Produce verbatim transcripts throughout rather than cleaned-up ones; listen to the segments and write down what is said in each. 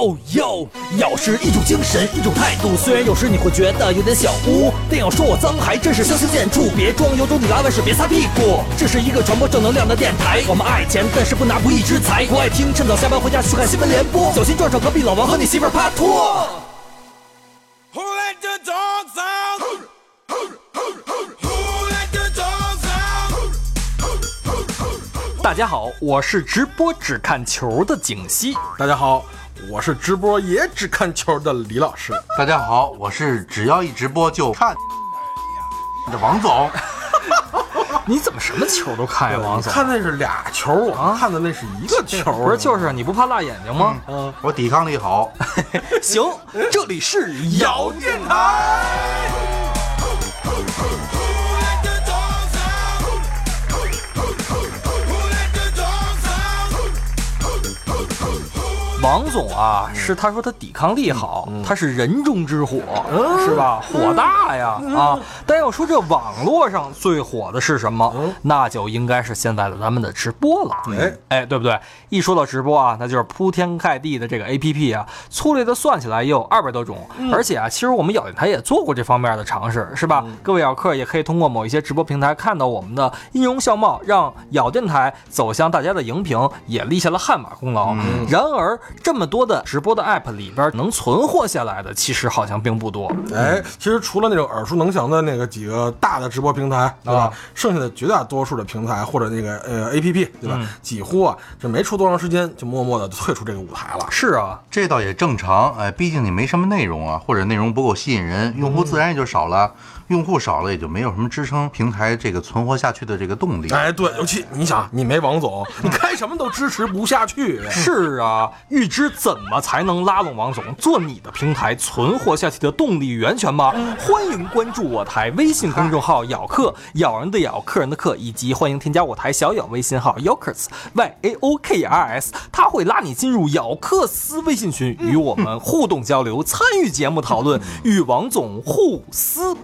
哟哟，要是一种精神，一种态度。虽然有时你会觉得有点小污，但要说我脏，还真是相形见绌。别装有种你拉完屎别擦屁股。这是一个传播正能量的电台，我们爱钱，但是不拿不义之财。不爱听，趁早下班回家去看新闻联播，小心撞上隔壁老王和你媳妇儿趴拖。Who let the dogs out? Who let the dogs out? 大家好，我是直播只看球的景熙。 大家好，我是直播也只看球的李老师。 大家好，我是只要一直播就看的王总。 你怎么什么球都看呀，王总？ 看那是俩球，我看的那是一个球。 不是，就是你不怕辣眼睛吗？ 嗯，嗯我抵抗力好。 行，这里是咬电台。王总啊，是他说他抵抗力好，嗯、他是人中之火，嗯、是吧？火大呀、嗯、啊！但要说这网络上最火的是什么，嗯、那就应该是现在的咱们的直播了。哎哎，对不对？一说到直播啊，那就是铺天盖地的这个 A P P 啊，粗略的算起来也有二百多种。嗯、而且啊，其实我们咬电台也做过这方面的尝试，是吧？嗯、各位咬客也可以通过某一些直播平台看到我们的音容笑貌，让咬电台走向大家的荧屏，也立下了汗马功劳。嗯、然而这么多的直播的 app 里边能存活下来的其实好像并不多。 哎，其实除了那种耳熟能详的那个几个大的直播平台，对吧？啊、剩下的绝大多数的平台或者那个呃 A P P， 对吧？嗯、几乎啊，这没出多长时间就默默的退出这个舞台了。 是啊， 这倒也正常。哎，毕竟你没什么内容啊，或者内容不够吸引人，用户自然也就少了。嗯用户少了，也就没有什么支撑平台这个存活下去的这个动力。 哎，对，尤其你想，你没王总，你开什么都支持不下去。 是啊，预知怎么才能拉拢王总做你的平台存活下去的动力源泉吗？嗯、欢迎关注我台微信公众号咬客，咬人的咬，客人的客，以及欢迎添加我台小咬微信号 Yaokers Y A O K R S， 他会拉你进入咬客斯微信群，与我们互动交流，参与节目讨论，与王总互撕。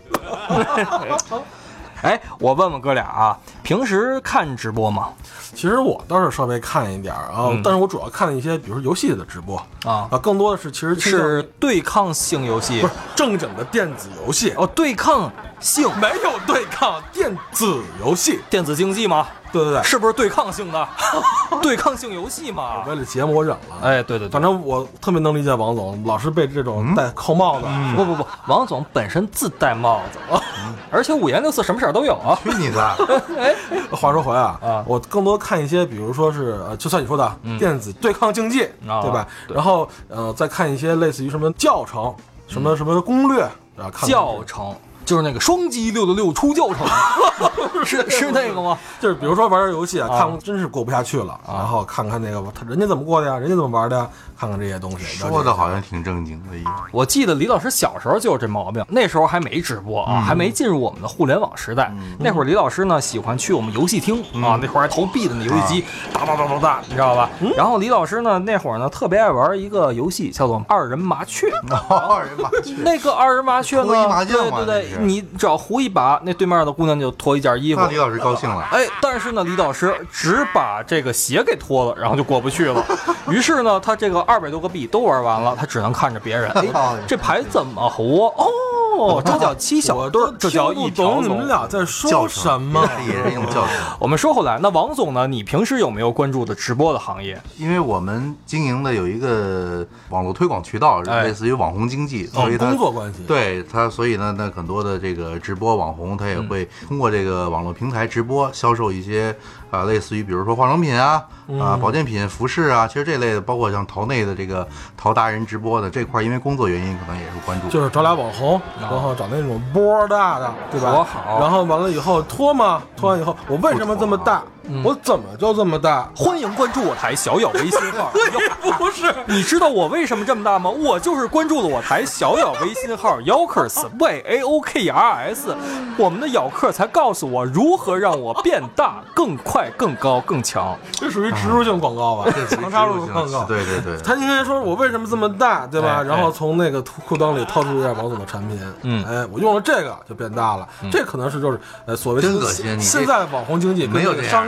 哎，我问问哥俩啊，平时看直播吗？ 其实我倒是稍微看一点啊，嗯、但是我主要看了一些，比如说游戏的直播啊，啊，更多的是其实是对抗性游戏， 不是正经的电子游戏哦，对抗性没有对抗电子游戏， 电子竞技吗？ 对对对， 是不是对抗性的对抗性游戏嘛？ 为了节目我忍了。 哎，对对对， 反正我特别能理解王总，老是被这种戴扣帽子。 嗯、不不不，王总本身自带帽子，嗯、而且五颜六色，什么色儿都有啊。 去你的！ 哎，话说回来啊，啊我更多看一些，比如说是呃，就像你说的、嗯、电子对抗竞技， 啊、 对吧？ 对然后呃，再看一些类似于什么教程、什么什么攻略啊，看教程。就是那个双击六六六出教程，是是那个吗？ 就是比如说玩游戏啊，啊看真是过不下去了，啊、然后看看那个他人家怎么过的呀，人家怎么玩的呀，看看这些东西。 说的好像挺正经的一样。 我记得李老师小时候就有这毛病，那时候还没直播啊，嗯、还没进入我们的互联网时代。嗯、那会儿李老师呢喜欢去我们游戏厅、嗯、啊，那会儿还投币的那游戏机，哒哒哒哒哒，你知道吧？嗯、然后李老师呢那会儿呢特别爱玩一个游戏，叫做二人麻雀。 哦、二人麻雀。 那个二人麻雀呢？ 脱衣麻将对对对，你只要胡一把，那对面的姑娘就脱一件衣服。 那李老师高兴了。 哎，但是呢，李老师只把这个鞋给脱了，然后就过不去了。于是呢，他这个二百多个币都玩完了，他只能看着别人。哎，这牌怎么活？哦，这叫七小队，这叫一条龙。 你们俩在说什么？ 野人用教程。 我们说回来，那王总呢？你平时有没有关注的直播的行业？ 因为我们经营的有一个网络推广渠道， 哎、 类似于网红经济， 所以他、 哦、工作关系。 对他，所以呢，那很多的这个直播网红，他也会通过这个网络平台直播销售一些啊、呃，类似于比如说化妆品啊、啊、呃、保健品、服饰啊，其实这类的，包括像淘内的这个淘达人直播的这块，因为工作原因，可能也是关注。 就是找俩网红，然后找那种波大的，对吧？ 好。 然后完了以后脱嘛，脱完以后，我为什么这么大？嗯、我怎么就这么大？ 欢迎关注我台小咬微信号。 不是， 你知道我为什么这么大吗？我就是关注了我台小咬微信号 Yaokers Y A O K R S， 我们的咬客才告诉我如何让我变大、更快、更高、更强。 这属于植入性广告吧？ 这强插入广告。 对对对， 他应该说我为什么这么大，对吧？ 哎、 然后从那个裤裆里掏出一件王总的产品， 嗯， 哎，我用了这个就变大了。嗯、这可能是就是呃所谓真恶心， 现在网红经济没有商业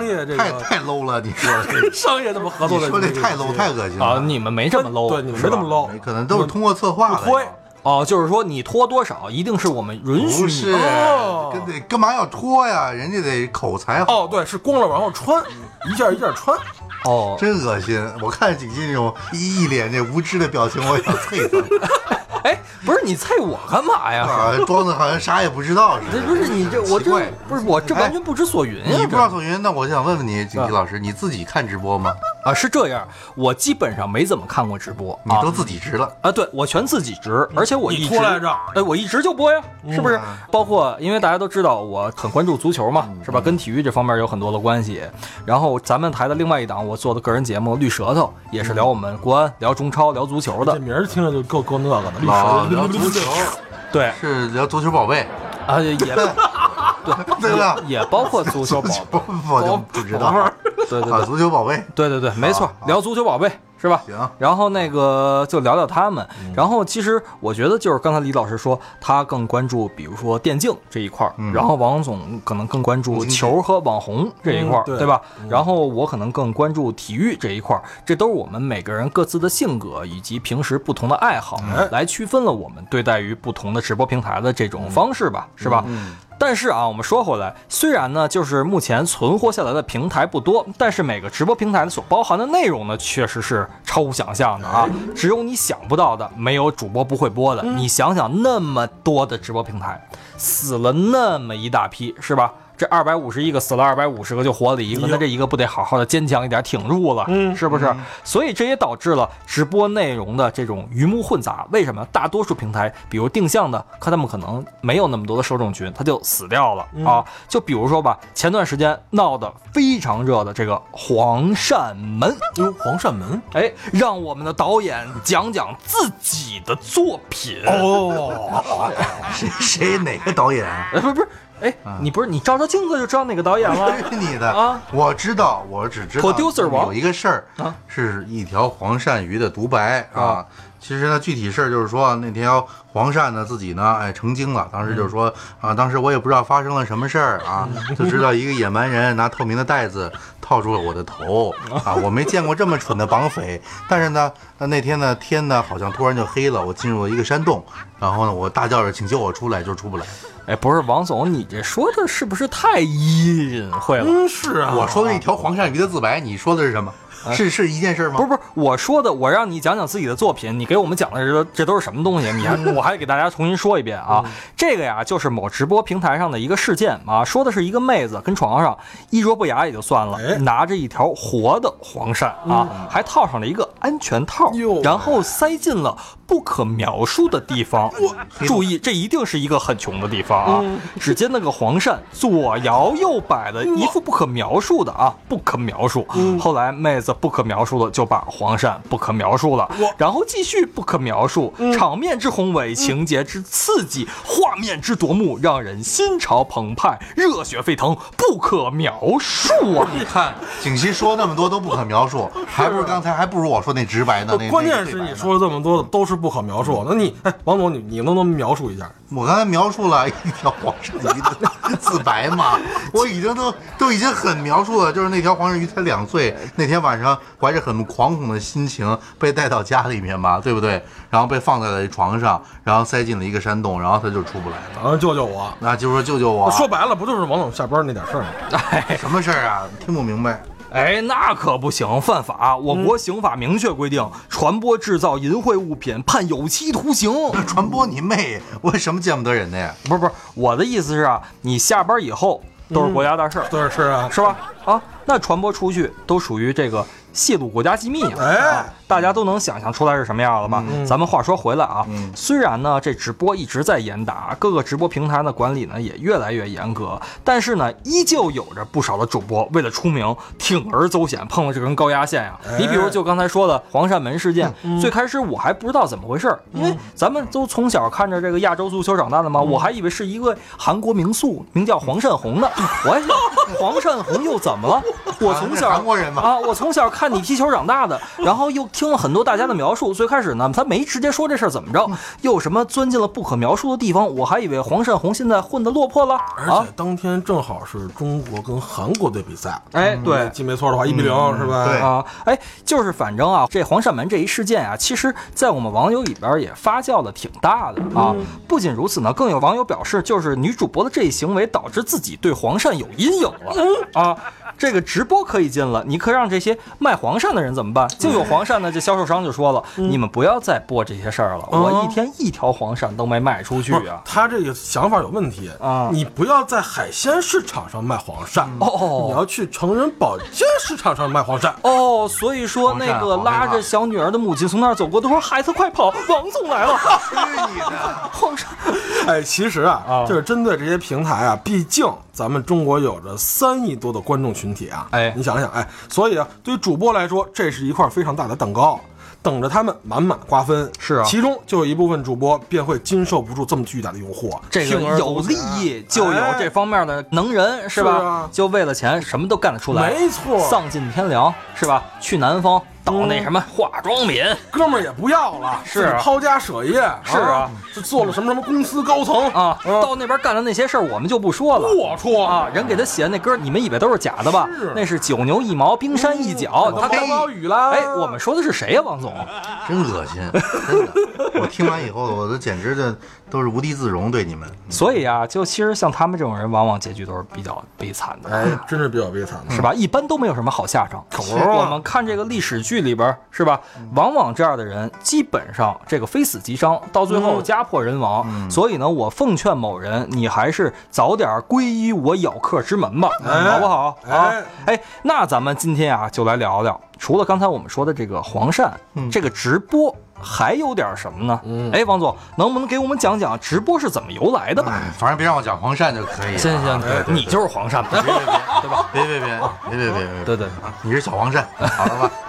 业这个太太 low 了，你说的商业这么合作的， 你说这太 low 太恶心了啊！你们没这么 low， 对，你们没这么 low， 可能都是通过策划的。 推哦，就是说你拖多少，一定是我们允许你。 不是， 哦跟得干嘛要拖呀？人家得口才好。 哦，对，是光了往后穿，一件一件穿。 哦， 真恶心！我看景熙那种一一脸这无知的表情，我想啐他。 哎，不是你啐我干嘛呀？ 啊，装的好像啥也不知道似的。 这不是你这我这不是我这完全不知所云呀！ 你不知道所云，那我想问问你，景熙老师，你自己看直播吗？ 啊，是这样，我基本上没怎么看过直播， 你都自己直了啊？对，我全自己直，而且我一直， 来着， 哎，我一直就播呀，是不是？包括因为大家都知道我很关注足球嘛，是吧？跟体育这方面有很多的关系。然后咱们台的另外一档我做的个人节目《绿舌头》，也是聊我们国安、聊中超、聊足球的。 这名儿听着就够够那个的，绿舌头聊足球， 对， 是聊足球宝贝啊，也对对吧？ 也包括足球宝贝， 我就不知道。 对对对， 足球宝贝， 对对对，没错，聊足球宝贝是吧？ 行， 然后那个就聊聊他们。然后其实我觉得就是刚才李老师说，他更关注比如说电竞这一块儿，然后王总可能更关注球和网红这一块儿，对吧？然后我可能更关注体育这一块儿，这都是我们每个人各自的性格以及平时不同的爱好来区分了我们对待于不同的直播平台的这种方式吧，是吧？但是啊，我们说回来，虽然呢，就是目前存活下来的平台不多，但是每个直播平台所包含的内容呢，确实是超乎想象的啊！只有你想不到的，没有主播不会播的。你想想，那么多的直播平台，死了那么一大批，是吧？这二百五十一个死了二百五十个就活了一个，那这一个不得好好的坚强一点挺住了，嗯，是不是？所以这也导致了直播内容的这种鱼目混杂。为什么？大多数平台，比如定向的，看他们可能没有那么多的受众群，它就死掉了啊。就比如说吧，前段时间闹得非常热的这个黄鳝门， 哟，黄鳝门， 哎，让我们的导演讲讲自己的作品哦。 谁谁哪个导演？ 哎，不是不是。哎，你不是你照照镜子就知道哪个导演了？ 你的啊， 我知道，我只知道 producer 王有一个事儿啊，是一条黄鳝鱼的独白啊。其实呢，具体事儿就是说，那条黄鳝呢自己呢，哎，成精了。当时就是说啊，当时我也不知道发生了什么事儿啊，就知道一个野蛮人拿透明的袋子套住了我的头啊。我没见过这么蠢的绑匪。但是呢，那天呢天呢好像突然就黑了，我进入了一个山洞，然后呢我大叫着请救我出来，就出不来。 哎，不是王总，你这说的是不是太隐晦了？ 嗯，是啊， 我说的一条黄鳝鱼的自白，你说的是什么？是是一件事吗？ 不是不是，我说的，我让你讲讲自己的作品，你给我们讲的这这都是什么东西？你还我还给大家重新说一遍啊！这个呀，就是某直播平台上的一个事件啊，说的是一个妹子跟床上衣着不雅也就算了，拿着一条活的黄鳝啊，还套上了一个安全套，然后塞进了不可描述的地方。注意，这一定是一个很穷的地方啊！只见那个黄鳝左摇右摆的一副不可描述的啊，不可描述。后来妹子不可描述的就把黄鳝不可描述了，然后继续不可描述，场面之宏伟，情节之刺激，画面之夺目，让人心潮澎湃，热血沸腾，不可描述啊！ 你看景熙说那么多都不可描述，还不如刚才还不如我说那直白呢。那关键是你说了这么多的都是不可描述，那你哎，王总，你你能不能描述一下？ 我刚才描述了一条黄鳝鱼的自白嘛，我已经都都已经很描述了，就是那条黄鳝鱼才两岁，那天晚上怀着很惶恐的心情被带到家里面嘛，对不对？然后被放在了床上，然后塞进了一个山洞，然后他就出不来了。 啊，救救我！ 那就说救救我。 说白了，不就是王总下班那点事儿吗？ 哎， 什么事儿啊？听不明白。 哎，那可不行，犯法！我国刑法明确规定，嗯、传播制造淫秽物品判有期徒刑。 传播你妹！我什么见不得人的呀？ 不是不是，我的意思是啊，你下班以后都是国家大事儿， 对、嗯，是啊， 是吧？啊，那传播出去都属于这个泄露国家机密啊！哎、啊，大家都能想象出来是什么样了吧？嗯、咱们话说回来啊，嗯、虽然呢这直播一直在严打，各个直播平台的管理呢也越来越严格，但是呢依旧有着不少的主播为了出名铤而走险，碰了这根高压线呀、啊。哎、你比如就刚才说的黄鳝门事件，嗯、最开始我还不知道怎么回事，因为咱们都从小看着这个亚洲足球长大的嘛，嗯、我还以为是一个韩国名宿，名叫黄鳝红的。我还想黄鳝红又怎么了？我从小韩国人嘛啊，我从小看你踢球长大的，然后又听了很多大家的描述，最开始呢，他没直接说这事儿怎么着，又什么钻进了不可描述的地方，我还以为黄善洪现在混得落魄了。 而且当天正好是中国跟韩国队比赛， 哎，对， 记没错的话，一比零是吧？ 对啊，哎，就是反正啊，这黄善门这一事件啊，其实在我们网友里边也发酵的挺大的啊。不仅如此呢，更有网友表示，就是女主播的这一行为导致自己对黄鳝有阴影了啊。这个直播可以禁了，你可让这些卖黄鳝的人怎么办？就有黄鳝呢，这销售商就说了，你们不要再播这些事儿了，我一天一条黄鳝都没卖出去啊。 他这个想法有问题啊！ 你不要在海鲜市场上卖黄鳝哦， 你要去成人保健市场上卖黄鳝哦。所以说那个拉着小女儿的母亲从那儿走过，都说孩子快跑，王总来了。 是你的黄鳝。 哎，其实啊， 啊就是针对这些平台啊，毕竟咱们中国有着三亿多的观众群体啊， 哎， 你想想，哎，所以啊，对于主播来说，这是一块非常大的蛋糕，等着他们满满瓜分。 是啊， 其中就有一部分主播便会经受不住这么巨大的诱惑， 这个有利益就有这方面的能人，是吧？ 是啊， 就为了钱什么都干得出来， 没错， 丧尽天良，是吧？去南方倒那什么化妆品， 哥们儿也不要了， 是啊， 抛家舍业， 是啊， 是做了什么什么公司高层啊，到那边干的那些事儿我们就不说了， 龌龊啊！人给他写的那歌，你们以为都是假的吧？那是九牛一毛，冰山一角，他毛毛雨啦。 哎，我们说的是谁呀，王总？ 真恶心，真的，我听完以后，我都简直的都是无地自容，对你们。 所以啊，就其实像他们这种人，往往结局都是比较悲惨的， 哎，真是比较悲惨的， 是吧？一般都没有什么好下场。我们看这个历史剧里边，是吧？往往这样的人，基本上这个非死即伤，到最后家破人亡。 嗯、 所以呢，我奉劝某人，你还是早点皈依我咬客之门吧， 哎、 好不好？ 哎、 啊，哎，那咱们今天啊，就来聊聊，除了刚才我们说的这个黄鳝， 嗯、 这个直播。还有点什么呢？嗯，哎，王总，能不能给我们讲讲直播是怎么由来的吧？ 哎、反正别让我讲黄鳝就可以了。 行行， 对对， 你就是黄鳝，别别别，对吧？ 别别别别别别别， 对对， 你是小黄鳝，好了吧？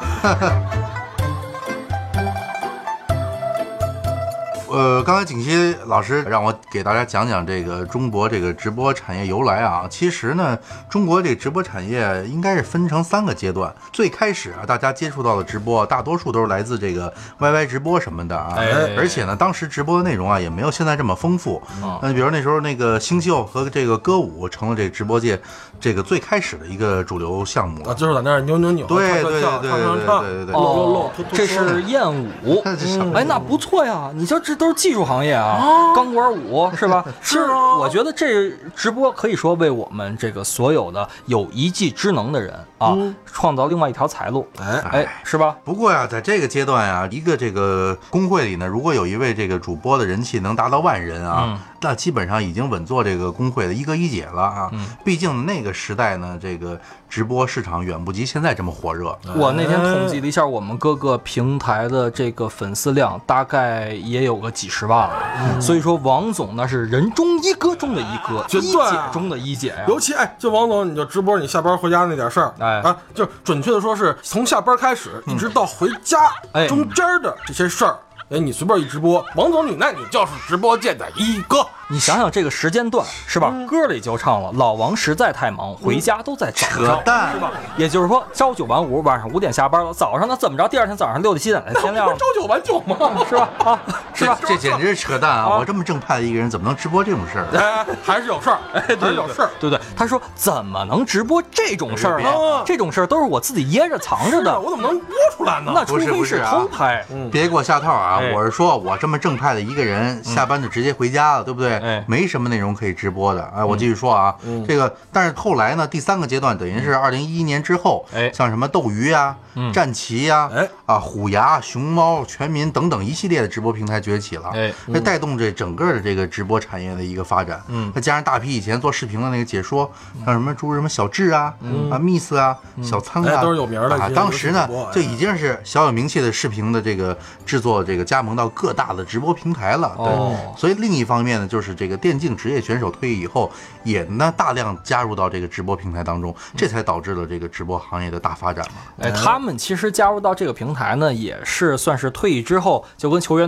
呃，刚才景熙老师让我给大家讲讲这个中国这个直播产业由来啊。其实呢，中国这个直播产业应该是分成三个阶段。最开始啊，大家接触到的直播，大多数都是来自这个 Y Y 直播什么的啊。 哎、 而且呢，当时直播的内容啊，也没有现在这么丰富。嗯，那比如那时候那个星秀和这个歌舞成了这个直播界这个最开始的一个主流项目啊，就是在那儿扭扭扭， 对对对对对对对， 露露露， 这是艳舞。 嗯、 哎，那不错呀，你说这都是技术行业啊，啊钢管舞是吧？ 是啊， 我觉得这直播可以说为我们这个所有的有一技之能的人啊，嗯、创造另外一条财路。哎哎，是吧？ 不过呀，在这个阶段呀，一个这个公会里呢，如果有一位这个主播的人气能达到万人啊，嗯、那基本上已经稳坐这个公会的一哥一姐了啊。嗯、毕竟那个时代呢，这个直播市场远不及现在这么火热。 我那天统计了一下，我们各个平台的这个粉丝量大概也有个几十万了。嗯、所以说，王总那是人中一哥中的一哥，一姐中的一姐呀。 尤其哎，就王总，你就直播你下班回家那点事儿， 哎啊，就准确的说是从下班开始，一直到回家中间的这些事儿。哎，你随便一直播，王总你那你就是直播界的一哥。 你想想这个时间段是吧？嗯、歌里就唱了，老王实在太忙，回家都在早上， 扯淡是吧？也就是说，朝九晚五，晚上五点下班了，早上呢怎么着？第二天早上六点七点才天亮， 朝九晚九嘛， 是吧？啊，是吧？ 这, 这简直是扯淡啊！啊我这么正派的一个人，怎么能直播这种事儿？ 哎，还是有事儿，哎，还是有事儿， 对不对？他说怎么能直播这种事儿呢？啊、这种事儿都是我自己掖着藏着的， 我怎么能播出来呢？ 那除非是偷拍， 是是啊、别给我下套啊！哎、我是说我这么正派的一个人，下班就直接回家了，对不对？哎，没什么内容可以直播的。哎，我继续说啊，嗯、这个但是后来呢，第三个阶段等于是二零一一年之后，哎，像什么斗鱼呀、啊、战旗呀、啊、哎啊虎牙、熊猫、全民等等一系列的直播平台崛起了，哎，它带动这整个的这个直播产业的一个发展。嗯，再加上大批以前做视频的那个解说，像什么诸如什么小智啊、嗯、啊 Miss 啊、嗯、小仓啊， 都是有名的。 啊，当时呢就已经是小有名气的视频的这个制作这个加盟到各大的直播平台了。对，哦、所以另一方面呢，就是这个电竞职业选手退役以后，也呢大量加入到这个直播平台当中，这才导致了这个直播行业的大发展嘛。 哎，他们其实加入到这个平台呢，也是算是退役之后，就跟球员退役之后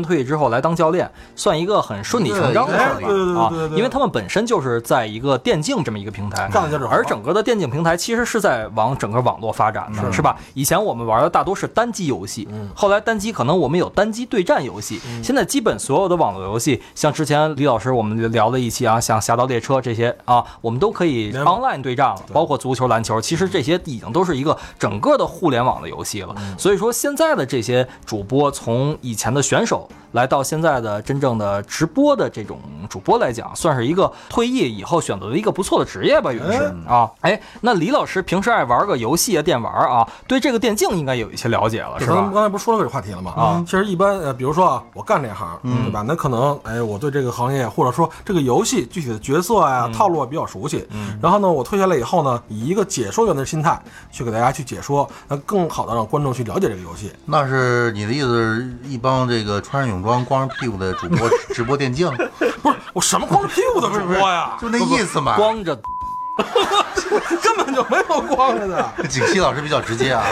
后来当教练，算一个很顺理成章的事吧啊，因为他们本身就是在一个电竞这么一个平台，而整个的电竞平台其实是在往整个网络发展的，是吧？以前我们玩的大多是单机游戏，后来单机可能我们有单机对战游戏，现在基本所有的网络游戏，像之前李老师我们聊的一期啊，像侠盗猎车这些啊，我们都可以 online 对战了，包括足球、篮球，其实这些已经都是一个整个的互联网的游戏了。所以说现在的这些主播，从以前的选手来到现在的真正的直播的这种主播来讲，算是一个退役以后选择的一个不错的职业吧，也是啊。哎，那李老师平时爱玩个游戏啊、电玩啊，对这个电竞应该有一些了解了，是吧？ 刚才不是说了这个话题了吗？啊，其实一般呃，比如说啊，我干这行，对吧？那可能哎，我对这个行业或者说这个游戏具体的角色啊、套路啊比较熟悉。然后呢，我退下来以后呢，以一个解说员的心态去给大家去解说，那更好的让观众去了解这个游戏。 那是你的意思，一帮这个穿着泳装、光着屁股的主播直播电竞？ 不是，我什么光着屁股的主播呀？ 就那意思嘛， 光着， 根本就没有光着的。 景熙老师比较直接啊。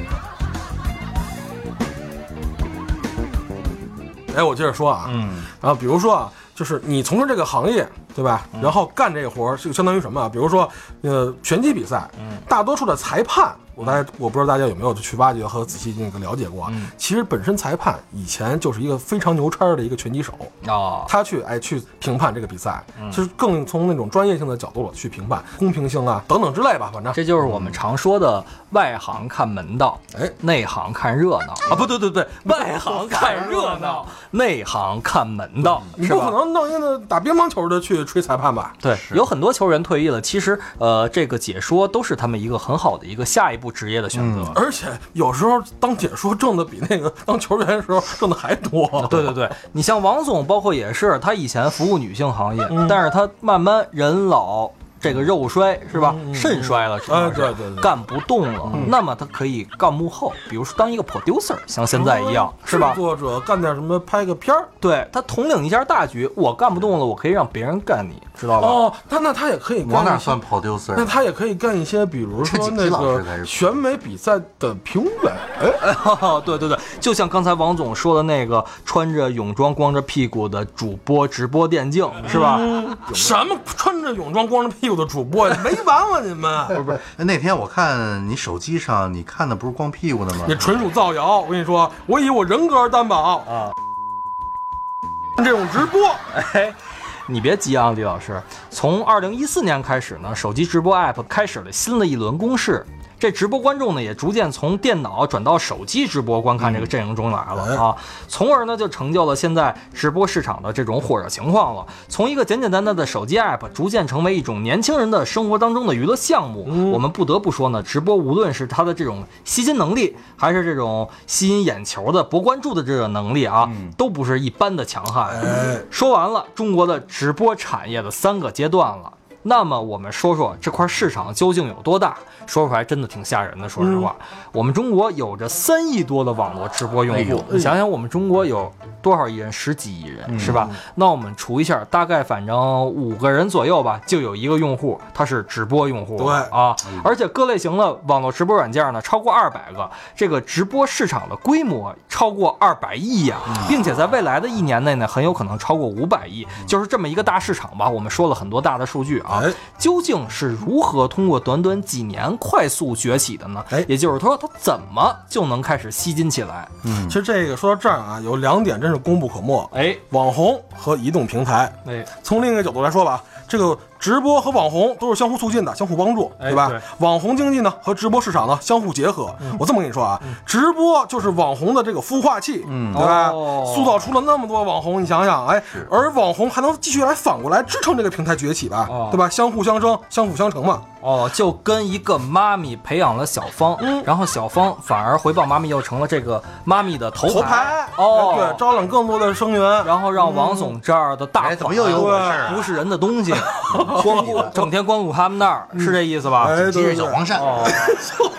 哎，我接着说啊，嗯，然后比如说啊，就是你从事这个行业，对吧？然后干这个活儿，就相当于什么啊？比如说，呃，拳击比赛，嗯，大多数的裁判，我大家我不知道大家有没有去挖掘和仔细那个了解过，嗯，其实本身裁判以前就是一个非常牛叉的一个拳击手啊， 他去哎去评判这个比赛，嗯，就是更从那种专业性的角度去评判公平性啊等等之类吧，反正这就是我们常说的外行看门道， 哎， 内行看热闹啊，不对对对，外行看热闹，内行看门道， 你不可能弄一个打乒乓球的去吹裁判吧？ 对，有很多球员退役了，其实呃，这个解说都是他们一个很好的一个下一步职业的选择， 嗯，而且有时候当解说挣的比那个当球员的时候挣的还多。 对对对，你像王总，包括也是他以前服务女性行业，嗯，但是他慢慢人老。这个肉衰是吧？嗯、肾衰了， 哎，对对对， 干不动了。嗯、那么他可以干幕后，比如说当一个 producer， 像现在一样，哦、是吧？ 制作者干点什么，拍个片儿。 对他统领一下大局，我干不动了，我可以让别人干你，知道吧？ 哦，他那他也可以干。 我哪算 producer？ 那他也可以干一些，比如说那个选美比赛的评委。 哎，对对对，就像刚才王总说的那个穿着泳装、光着屁股的主播直播电竞，是吧？ 嗯、什么穿着泳装、光着屁股的主播呀？没完吗你们？ 不是不是，那天我看你手机上，你看的不是光屁股的吗？ 你纯属造谣！我跟你说，我以我人格而担保啊！这种直播， 哎，你别急啊，李老师。从二零一四年开始呢，手机直播 app 开始了新的一轮攻势。这直播观众呢，也逐渐从电脑转到手机直播观看这个阵营中来了、嗯、啊，从而呢就成就了现在直播市场的这种火热情况了。从一个简简单单的手机 app 逐渐成为一种年轻人的生活当中的娱乐项目。嗯、我们不得不说呢，直播无论是它的这种吸金能力，还是这种吸引眼球的博关注的这个能力啊，嗯、都不是一般的强悍。哎、说完了中国的直播产业的三个阶段了。那么我们说说这块市场究竟有多大？说出来真的挺吓人的。说实话，嗯、我们中国有着三亿多的网络直播用户，你想想我们中国有多少亿人？十几亿人，嗯、是吧？那我们除一下，大概反正五个人左右吧，就有一个用户他是直播用户。 对啊，而且各类型的网络直播软件呢，超过二百个，这个直播市场的规模超过二百亿呀、啊，并且在未来的一年内呢，很有可能超过五百亿，就是这么一个大市场吧。我们说了很多大的数据啊。啊，究竟是如何通过短短几年快速崛起的呢？哎，也就是说，它怎么就能开始吸金起来？ 嗯，其实这个说到这儿啊，有两点真是功不可没。 哎， 网红和移动平台。 哎， 从另一个角度来说吧，这个直播和网红都是相互促进的，相互帮助，对吧？ 哎、对， 网红经济呢和直播市场呢相互结合。嗯、我这么跟你说啊，嗯、直播就是网红的这个孵化器，嗯，对吧？哦、塑造出了那么多网红，你想想，哎，而网红还能继续来反过来支撑这个平台崛起吧，哦、对吧？相互相生，相辅相成嘛。 哦，就跟一个妈咪培养了小芳，嗯，然后小芳反而回报妈咪，又成了这个妈咪的头牌， 头牌哦， 对，招揽更多的生源， 然后让王总这儿的大款、 嗯哎、怎么又有我事儿？ 不是人的东西，光顾整天光顾他们那儿，是这意思吧？ 哎， 今日小黄鳝。 哦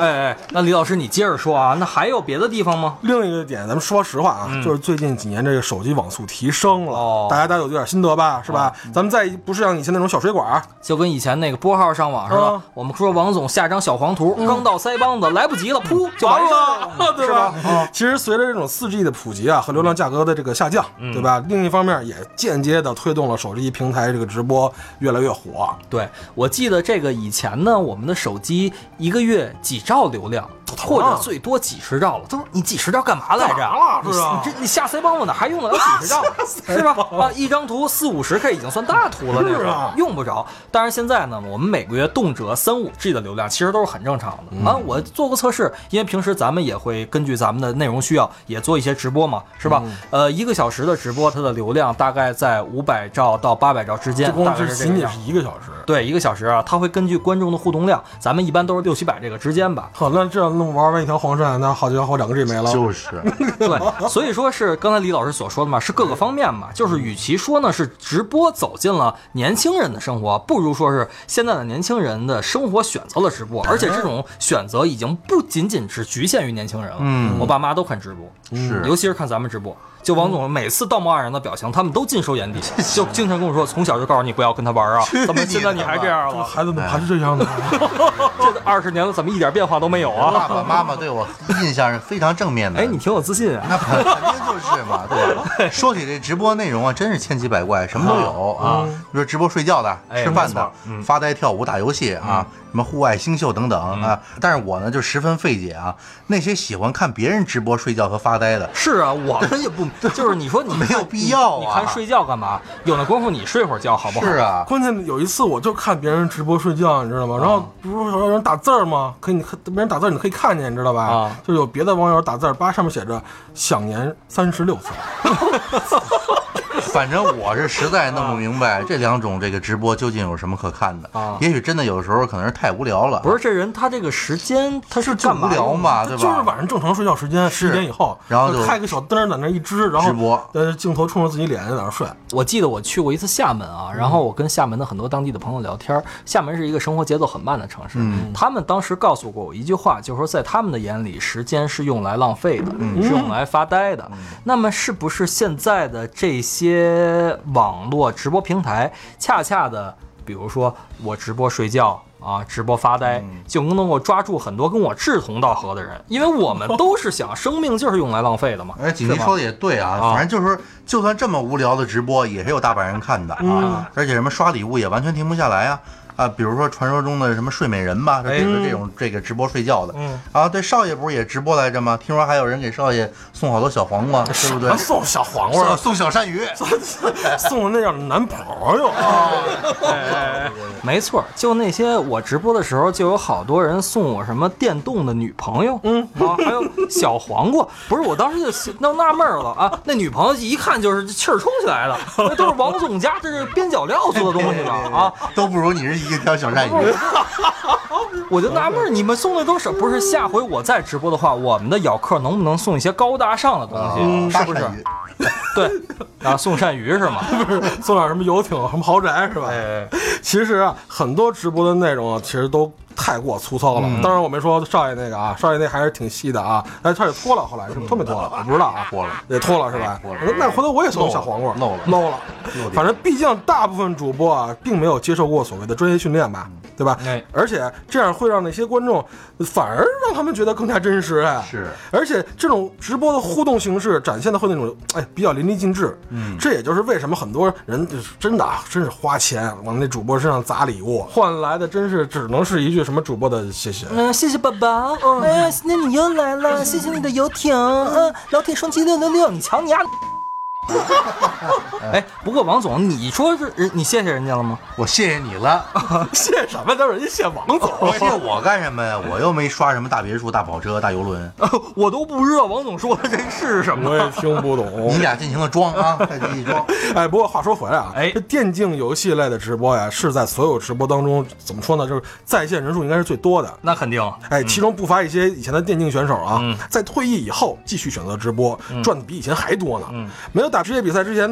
哎哎，那李老师你接着说啊，那还有别的地方吗？ 另一个点，咱们说实话啊，嗯、就是最近几年这个手机网速提升了，哦、大家大家有点心得吧，是吧？哦、咱们再不是像以前那种小水管， 就跟以前那个拨号上网似的。嗯、我们说王总下张小黄图，嗯、刚到腮帮子，来不及了，噗就完了， 对吧？嗯、其实随着这种四 G 的普及啊，和流量价格的这个下降，嗯、对吧？另一方面也间接的推动了手机平台这个直播越来越火。 对，我记得这个以前呢，我们的手机一个月几兆流量。或者最多几十兆了，都你几十兆干嘛来着？ 是吧？ 你这你下腮帮子哪还用得了几十兆？是吧？啊，一张图四五十 K 已经算大图了，那个用不着。但是现在呢，我们每个月动辄三五 G 的流量，其实都是很正常的、嗯、啊。我做过测试，因为平时咱们也会根据咱们的内容需要，也做一些直播嘛，是吧？嗯、呃，一个小时的直播，它的流量大概在五百兆到八百兆之间， 大概是仅仅是一个小时。 对，一个小时啊，它会根据观众的互动量，咱们一般都是六七百这个之间吧。 好，那这样那么玩完一条黄鳝，那好家伙，两个 G 没了。 就是， 对，所以说是刚才李老师所说的嘛，是各个方面嘛，就是与其说呢是直播走进了年轻人的生活，不如说是现在的年轻人的生活选择了直播，而且这种选择已经不仅仅只局限于年轻人了。嗯，我爸妈都看直播， 是， 尤其是看咱们直播。就王总每次道貌岸然的表情，他们都尽收眼底，就经常跟我说，从小就告诉你不要跟他玩啊，怎么现在你还这样了？ 孩子们还是这样的， 这二十年了，怎么一点变化都没有啊？ 爸爸妈妈对我印象是非常正面的。 哎，你挺有自信啊。 那肯定就是嘛，对吧？说起这直播内容啊，真是千奇百怪，什么都有啊。比如直播睡觉的、吃饭的、发呆、跳舞、打游戏啊，什么户外星秀等等啊。但是我呢，就十分费解啊，那些喜欢看别人直播睡觉和发呆的， 是啊，我们也不。就是你说你没有必要啊！ 你看睡觉干嘛？有那功夫你睡会儿觉好不好？ 是啊， 关键有一次我就看别人直播睡觉，你知道吗？然后不是有人打字吗？可以，你看别人打字你可以看见，你知道吧？啊，就有别的网友打字，叭上面写着享年三十六岁。 反正我是实在弄不明白这两种这个直播究竟有什么可看的啊？也许真的有时候可能是太无聊了。 不是这人他这个时间他是干嘛无聊嘛，对吧？ 就是晚上正常睡觉时间十一点以后， 然后就开个小灯在那一支，然后直播， 呃，镜头冲着自己脸在那睡。 我记得我去过一次厦门啊，然后我跟厦门的很多当地的朋友聊天，厦门是一个生活节奏很慢的城市，嗯，他们当时告诉过我一句话，就是说在他们的眼里，时间是用来浪费的，嗯、是用来发呆的。嗯、那么是不是现在的这些网络直播平台，恰恰的，比如说我直播睡觉啊，直播发呆，就能够抓住很多跟我志同道合的人，因为我们都是想生命就是用来浪费的嘛。 哎，锦鲤说的也对啊，反正就是说，就算这么无聊的直播，也是有大把人看的啊，嗯、而且什么刷礼物也完全停不下来啊。啊，比如说传说中的什么睡美人吧，这个这种这个直播睡觉的，嗯，啊，对，少爷不是也直播来着吗？听说还有人给少爷送好多小黄瓜，对不对？ 送小黄瓜， 送小鳝鱼， 送的那样的男朋友啊！ 没错，就那些我直播的时候，就有好多人送我什么电动的女朋友，嗯啊，还有小黄瓜，不是，我当时就那纳闷了啊，那女朋友一看就是气儿冲起来的，那都是王总家这是边角料做的东西吧？啊， 都不如你是一条小鳝鱼。 我就纳闷，你们送的都是不是？下回我再直播的话，我们的咬客能不能送一些高大上的东西？嗯、是不是？对啊，送鳝鱼是吗？ 不是，送点什么游艇、什么豪宅是吧？哎，其实啊，很多直播的内容啊，其实都太过粗糙了。嗯、当然，我没说少爷那个啊，少爷那还是挺细的啊。哎，差点脱了，后来是脱没脱了？我不知道啊， 脱了， 也脱了是吧？ 脱了。 那回头我也送小黄瓜， 漏了， 漏了。反正毕竟大部分主播啊，并没有接受过所谓的专业训练吧。对吧？哎，而且这样会让那些观众反而让他们觉得更加真实哎。 是， 而且这种直播的互动形式展现的会那种哎比较淋漓尽致。嗯，这也就是为什么很多人就是真的啊，真是花钱往那主播身上砸礼物，换来的真是只能是一句什么主播的谢谢。 嗯，谢谢宝宝。嗯、哎呀，那你又来了，谢谢你的游艇。嗯，老铁双击六六六，你瞧你丫。哎，不过王总，你说是你谢谢人家了吗？ 我谢谢你了， 谢什么？都是人家谢王总， 谢我干什么呀？我又没刷什么大别墅、大跑车、大游轮， 我都不知道王总说的这是什么， 我也听不懂。 你俩进行了装啊，再继续装。 哎，不过话说回来啊，哎，这电竞游戏类的直播呀，是在所有直播当中怎么说呢？就是在线人数应该是最多的。 那肯定， 哎，其中不乏一些以前的电竞选手啊，嗯、在退役以后继续选择直播，嗯、赚的比以前还多呢。嗯，没有打职业比赛之前那么累，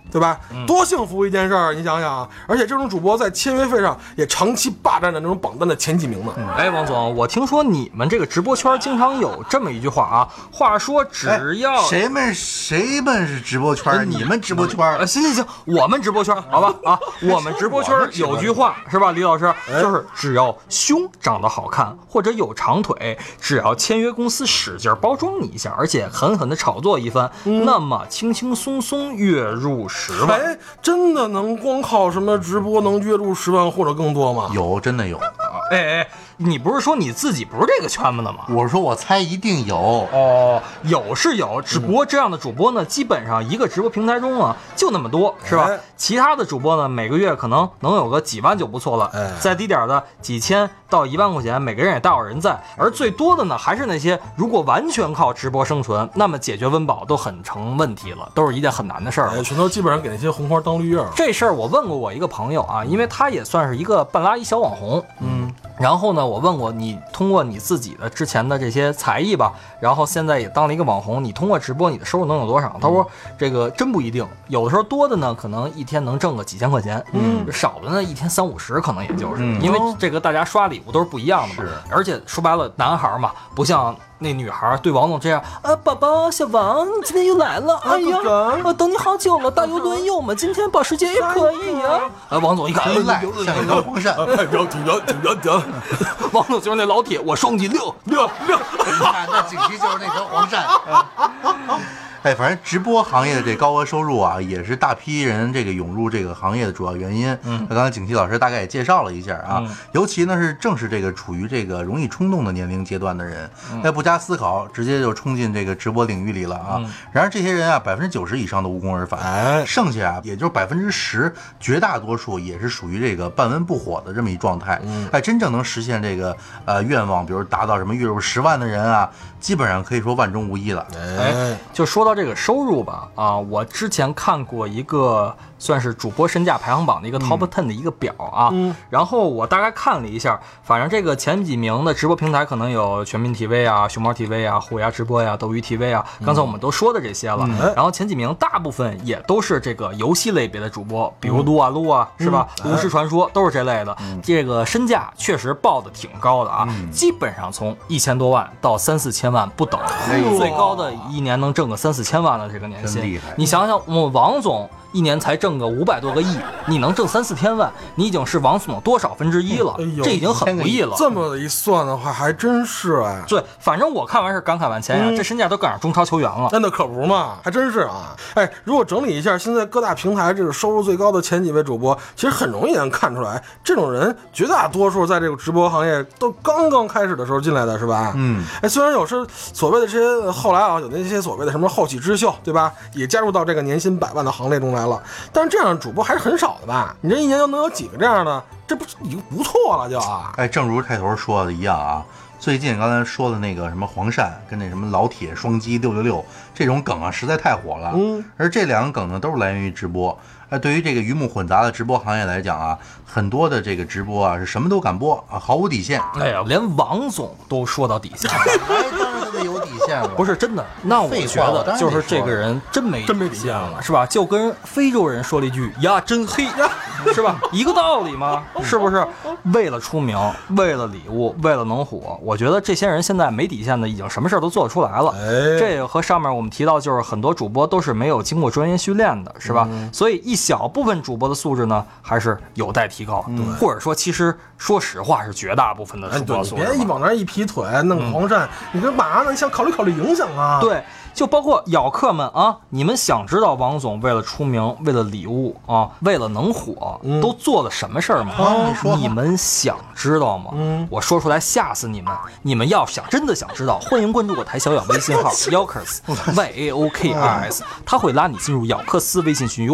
对吧？ 嗯、 多幸福一件事儿，你想想。而且这种主播在签约费上也长期霸占着那种榜单的前几名呢。 嗯、哎，王总，我听说你们这个直播圈经常有这么一句话啊，话说只要、 哎、谁们谁们是直播圈，哎、你们直播圈、 呃，行行行，我们直播圈，好吧啊，我们直播圈有句话是吧，李老师，就是只要胸长得好看或者有长腿，只要签约公司使劲包装你一下，而且狠狠的炒作一番，嗯、那么轻轻松松月入十万。 哎，真的能光靠什么直播能月入十万或者更多吗？ 有，真的有。 哎哎，你不是说你自己不是这个圈子的吗？ 我说我猜一定有。 哦，有是有，只不过这样的主播呢，基本上一个直播平台中啊就那么多，是吧？ 哎、 其他的主播呢，每个月可能能有个几万就不错了， 哎、 再低点的几千到一万块钱，每个人也大有人在。而最多的呢，还是那些如果完全靠直播生存，那么解决温饱都很成问题了，都是一件很难的事儿。 哎，全都基本上给那些红花当绿叶。 这事儿我问过我一个朋友啊，因为他也算是一个半拉一小网红，嗯。然后呢，我问过你，通过你自己的之前的这些才艺吧，然后现在也当了一个网红，你通过直播你的收入能有多少？他说这个真不一定，有的时候多的呢，可能一天能挣个几千块钱，嗯，少的呢一天三五十，可能也就是，嗯、因为这个大家刷礼物都是不一样的嘛， 是， 而且说白了，男孩嘛，不像那女孩对王总这样啊，宝宝小王，你今天又来了，哎呀，我、啊、等你好久了，大游轮游嘛，今天保时捷也可以呀、啊。啊，王总一看， 来像一条黄鳝， 停停停停停， 王总就是那老铁，我双击六六六， 那景琦就是那条黄鳝。哎，反正直播行业的这高额收入啊，也是大批人这个涌入这个行业的主要原因。嗯，那刚才景琦老师大概也介绍了一下啊，嗯、尤其呢是正是这个处于这个容易冲动的年龄阶段的人，在、嗯、不加思考直接就冲进这个直播领域里了啊。嗯、然而这些人啊，百分之九十以上都无功而返，哎，剩下啊也就百分之十，绝大多数也是属于这个半温不火的这么一状态。嗯，哎，真正能实现这个呃愿望，比如达到什么月入十万的人啊，基本上可以说万中无一了。 哎，就说到这个收入吧，啊，我之前看过一个算是主播身价排行榜的一个 top ten 的一个表啊，嗯、然后我大概看了一下，反正这个前几名的直播平台可能有全民 T V 啊、熊猫 T V 啊、虎牙直播呀、啊、斗鱼 T V 啊，刚才我们都说的这些了。嗯、然后前几名大部分也都是这个游戏类别的主播，比如撸啊撸啊，嗯、是吧？炉石传说都是这类的，嗯、这个身价确实报的挺高的啊，嗯、基本上从一千多万到三四千万不等，嗯、最高的一年能挣个三四千万的这个年薪，你想想，我王总一年才挣个五百多个亿，你能挣三四千万，你已经是王总多少分之一了？哎、这已经很不易了。 这么一算的话，还真是哎。 对，反正我看完是感慨万千呀、啊，嗯、这身价都赶上中超球员了。 真的可不嘛，还真是啊。哎，如果整理一下现在各大平台这个收入最高的前几位主播，其实很容易能看出来，这种人绝大多数在这个直播行业都刚刚开始的时候进来的，是吧？嗯。哎，虽然有时所谓的这些后来啊，有那些所谓的什么后起之秀，对吧？也加入到这个年薪百万的行列中来了。但是这样的主播还是很少的吧？你这一年就能有几个这样的？这不已经不错了就啊！ 哎，正如开头说的一样啊，最近刚才说的那个什么黄鳝跟那什么老铁双击六六六这种梗啊，实在太火了。嗯，而这两个梗呢，都是来源于直播。哎，对于这个鱼目混杂的直播行业来讲啊，很多的这个直播啊是什么都敢播啊，毫无底线。 哎呀，连王总都说到底线了。 哎，当然得有底线了。 不是真的，那我觉得就是这个人真没真没底线了， 是吧？就跟非洲人说了一句“呀，真黑”，是吧？一个道理吗？是不是？为了出名，为了礼物，为了能火，我觉得这些人现在没底线的，已经什么事都做得出来了。哎，这个和上面我们提到，就是很多主播都是没有经过专业训练的，是吧？嗯、所以一小部分主播的素质呢，还是有待提高，嗯、或者说，其实说实话，是绝大部分的主播素质。 别一往那一劈腿，弄个黄鳝，嗯、你干嘛呢？你想考虑考虑影响啊？ 对。就包括咬客们啊，你们想知道王总为了出名、为了礼物啊、为了能火，嗯、都做了什么事儿吗？ 啊、你说， 你们想知道吗？嗯、我说出来吓死你们！你们要想真的想知道，欢迎关注我台小咬微信号 Yokers Y A O K R S， 他会拉你进入咬克斯微信群，与我们互动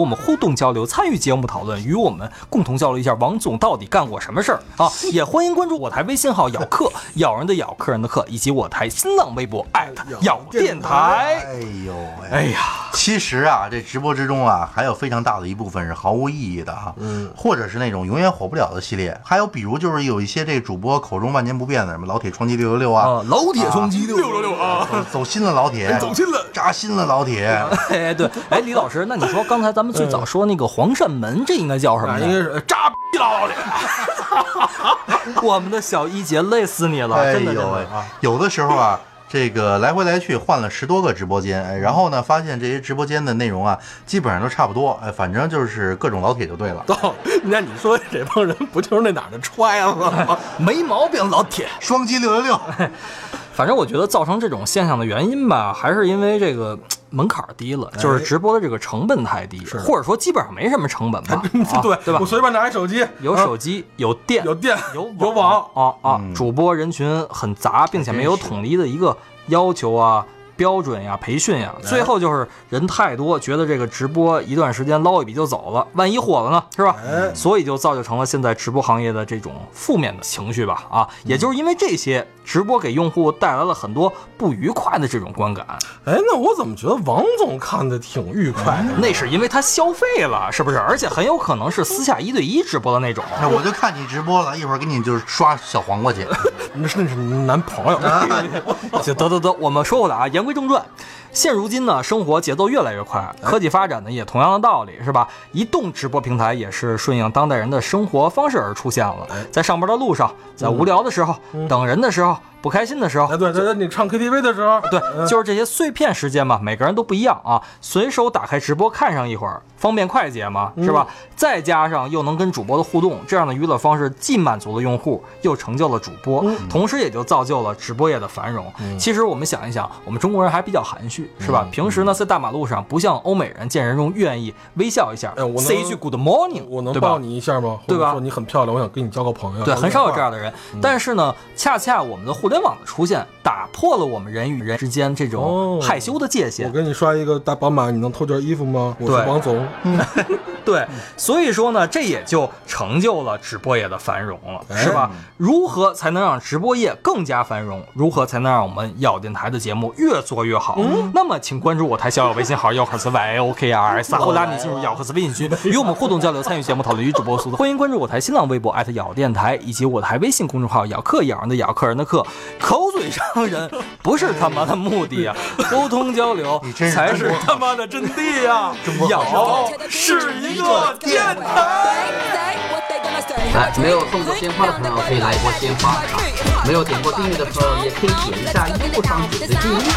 动交流，参与节目讨论，与我们共同交流一下王总到底干过什么事儿啊！也欢迎关注我台微信号咬客，咬人的咬，客人的客，以及我台新浪微博艾特咬电台。 哎呦喂， 哎呀， 其实啊，这直播之中啊，还有非常大的一部分是毫无意义的啊，嗯，或者是那种永远火不了的系列，还有比如就是有一些这个主播口中万年不变的什么老铁双击六六六啊， 啊老铁双击六六六啊， 走走心了老铁， 走心了， 扎心了老铁。 哎对，哎李老师，那你说刚才咱们最早说那个黄鳝门，这应该叫什么呢？ 应该是扎逼老铁。 我们的小一姐累死你了， 哎真的真呦的啊！ 有的时候啊。这个来回来去换了十多个直播间，哎，然后呢，发现这些直播间的内容啊，基本上都差不多，哎，反正就是各种老铁就对了。 哦，那你说这帮人不就是那哪儿的揣子吗？ 没毛病，老铁， 双击六六六。 反正我觉得造成这种现象的原因吧，还是因为这个门槛低了，就是直播的这个成本太低，或者说基本上没什么成本吧， 对对吧？ 我随便拿一手机， 有手机，有电， 有电， 有有网啊啊！主播人群很杂，并且没有统一的一个要求啊。标准呀，培训呀，最后就是人太多，觉得这个直播一段时间捞一笔就走了，万一火了呢，是吧？ 哎、 所以就造就成了现在直播行业的这种负面的情绪吧。啊，也就是因为这些，直播给用户带来了很多不愉快的这种观感。 哎，那我怎么觉得王总看的挺愉快的？ 那是因为他消费了，是不是？而且很有可能是私下一对一直播的那种。 那我就看你直播了，一会儿给你就是刷小黄瓜去。 那是那是男朋友。 行，得得得，我们说回来啊，言归正传。现如今呢，生活节奏越来越快，科技发展呢也同样的道理，是吧？移动直播平台也是顺应当代人的生活方式而出现了。在上班的路上，在无聊的时候，嗯、等人的时候，不开心的时候， 哎，对对对，你唱 K T V 的时候， 对，就是这些碎片时间嘛，每个人都不一样啊。随手打开直播看上一会儿，方便快捷嘛，是吧？嗯、再加上又能跟主播的互动，这样的娱乐方式既满足了用户，又成就了主播，嗯、同时也就造就了直播业的繁荣。嗯、其实我们想一想，我们中国人还比较含蓄，是吧？嗯、平时呢，在大马路上不像欧美人见人中愿意微笑一下， 哎、 say 一句 Good morning， 我能抱你一下吗？ 对吧？ 说你很漂亮，我想跟你交个朋友。 对，很少有这样的人。嗯、但是呢，恰恰我们的互联网的出现，打破了我们人与人之间这种害羞的界限。 哦、我给你刷一个大宝马，你能偷件衣服吗？我是王总。 对，所以说呢，这也就成就了直播业的繁荣了，哎、是吧？如何才能让直播业更加繁荣？如何才能让我们咬电台的节目越做越好？嗯、那么，请关注我台小小微信号咬克斯 Y O K R S， 后拉你进入咬克斯微信群，与我们互动交流，参与节目讨论与主播互动。欢迎关注我台新浪微博艾特咬电台，以及我台微信公众号咬客咬人的咬客人的客。口嘴伤人不是他妈的目的啊，沟通交流才是他妈的真谛呀！咬是一个电台。 哎，没有送过鲜花的朋友可以来一波鲜花啊！没有点过订阅的朋友也可以点一下右上角的订阅。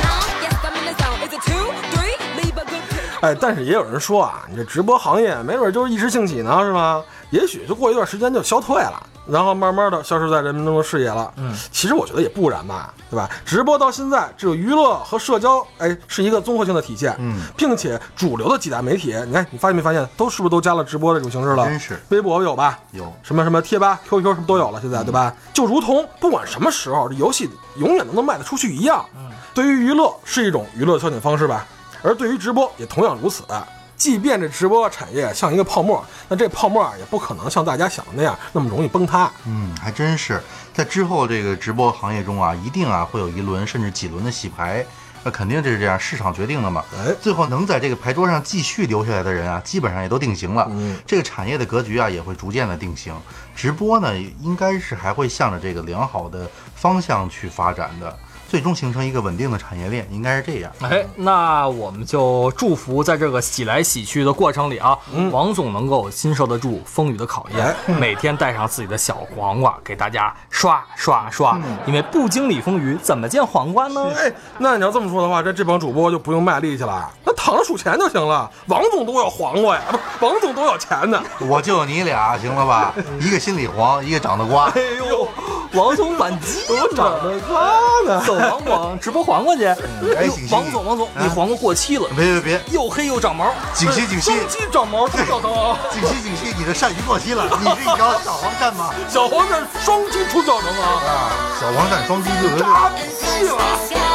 哎，但是也有人说啊，你这直播行业没准就是一时兴起呢，是吗？也许就过一段时间就消退了，然后慢慢的消失在人们中的视野了。嗯，其实我觉得也不然吧，对吧？直播到现在，只有娱乐和社交，哎，是一个综合性的体现。嗯，并且主流的几大媒体，你看，你发现没发现，都是不是都加了直播这种形式了？ 真是， 微博有吧？ 有什么什么贴吧、Q Q 什么都有了，现在对吧？就如同不管什么时候，这游戏永远都能卖得出去一样。嗯，对于娱乐是一种娱乐消遣方式吧，而对于直播也同样如此。即便这直播产业像一个泡沫，那这泡沫也不可能像大家想的那样那么容易崩塌。 嗯，还真是。在之后这个直播行业中啊，一定啊会有一轮甚至几轮的洗牌，那肯定就是这样，市场决定的嘛。哎，最后能在这个牌桌上继续留下来的人啊，基本上也都定型了。嗯，这个产业的格局啊也会逐渐的定型。直播呢，应该是还会向着这个良好的方向去发展的。最终形成一个稳定的产业链，应该是这样。 哎，那我们就祝福在这个洗来洗去的过程里啊，嗯、王总能够经受得住风雨的考验，哎、每天带上自己的小黄瓜给大家刷刷刷。嗯、因为不经历风雨，怎么见黄瓜呢？ 哎，那你要这么说的话，这这帮主播就不用卖力气了，那躺着数钱就行了。王总都要黄瓜呀，不，王总都要钱呢。 我就你俩行了吧？一个心里黄，一个长得瓜。 哎呦，王总反击， 我长得瓜呢。 走王广直播黄瓜去！哎，王总，王总，你黄瓜过期了！ 别别别， 又黑又长毛， 警惕警惕！ 生鸡长毛出小藤啊！ 警惕警惕，你的鳝鱼过期了！你是一条小黄鳝吗？ 小黄鳝双击出小藤啊！ 啊，小黄鳝双击六六六！ 打屁了！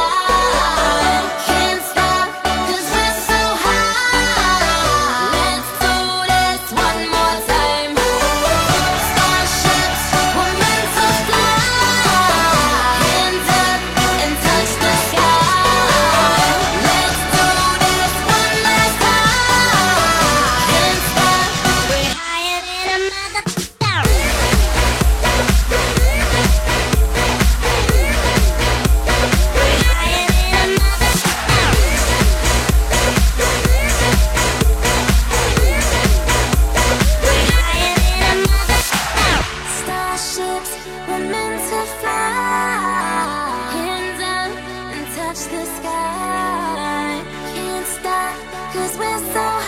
'cause we're so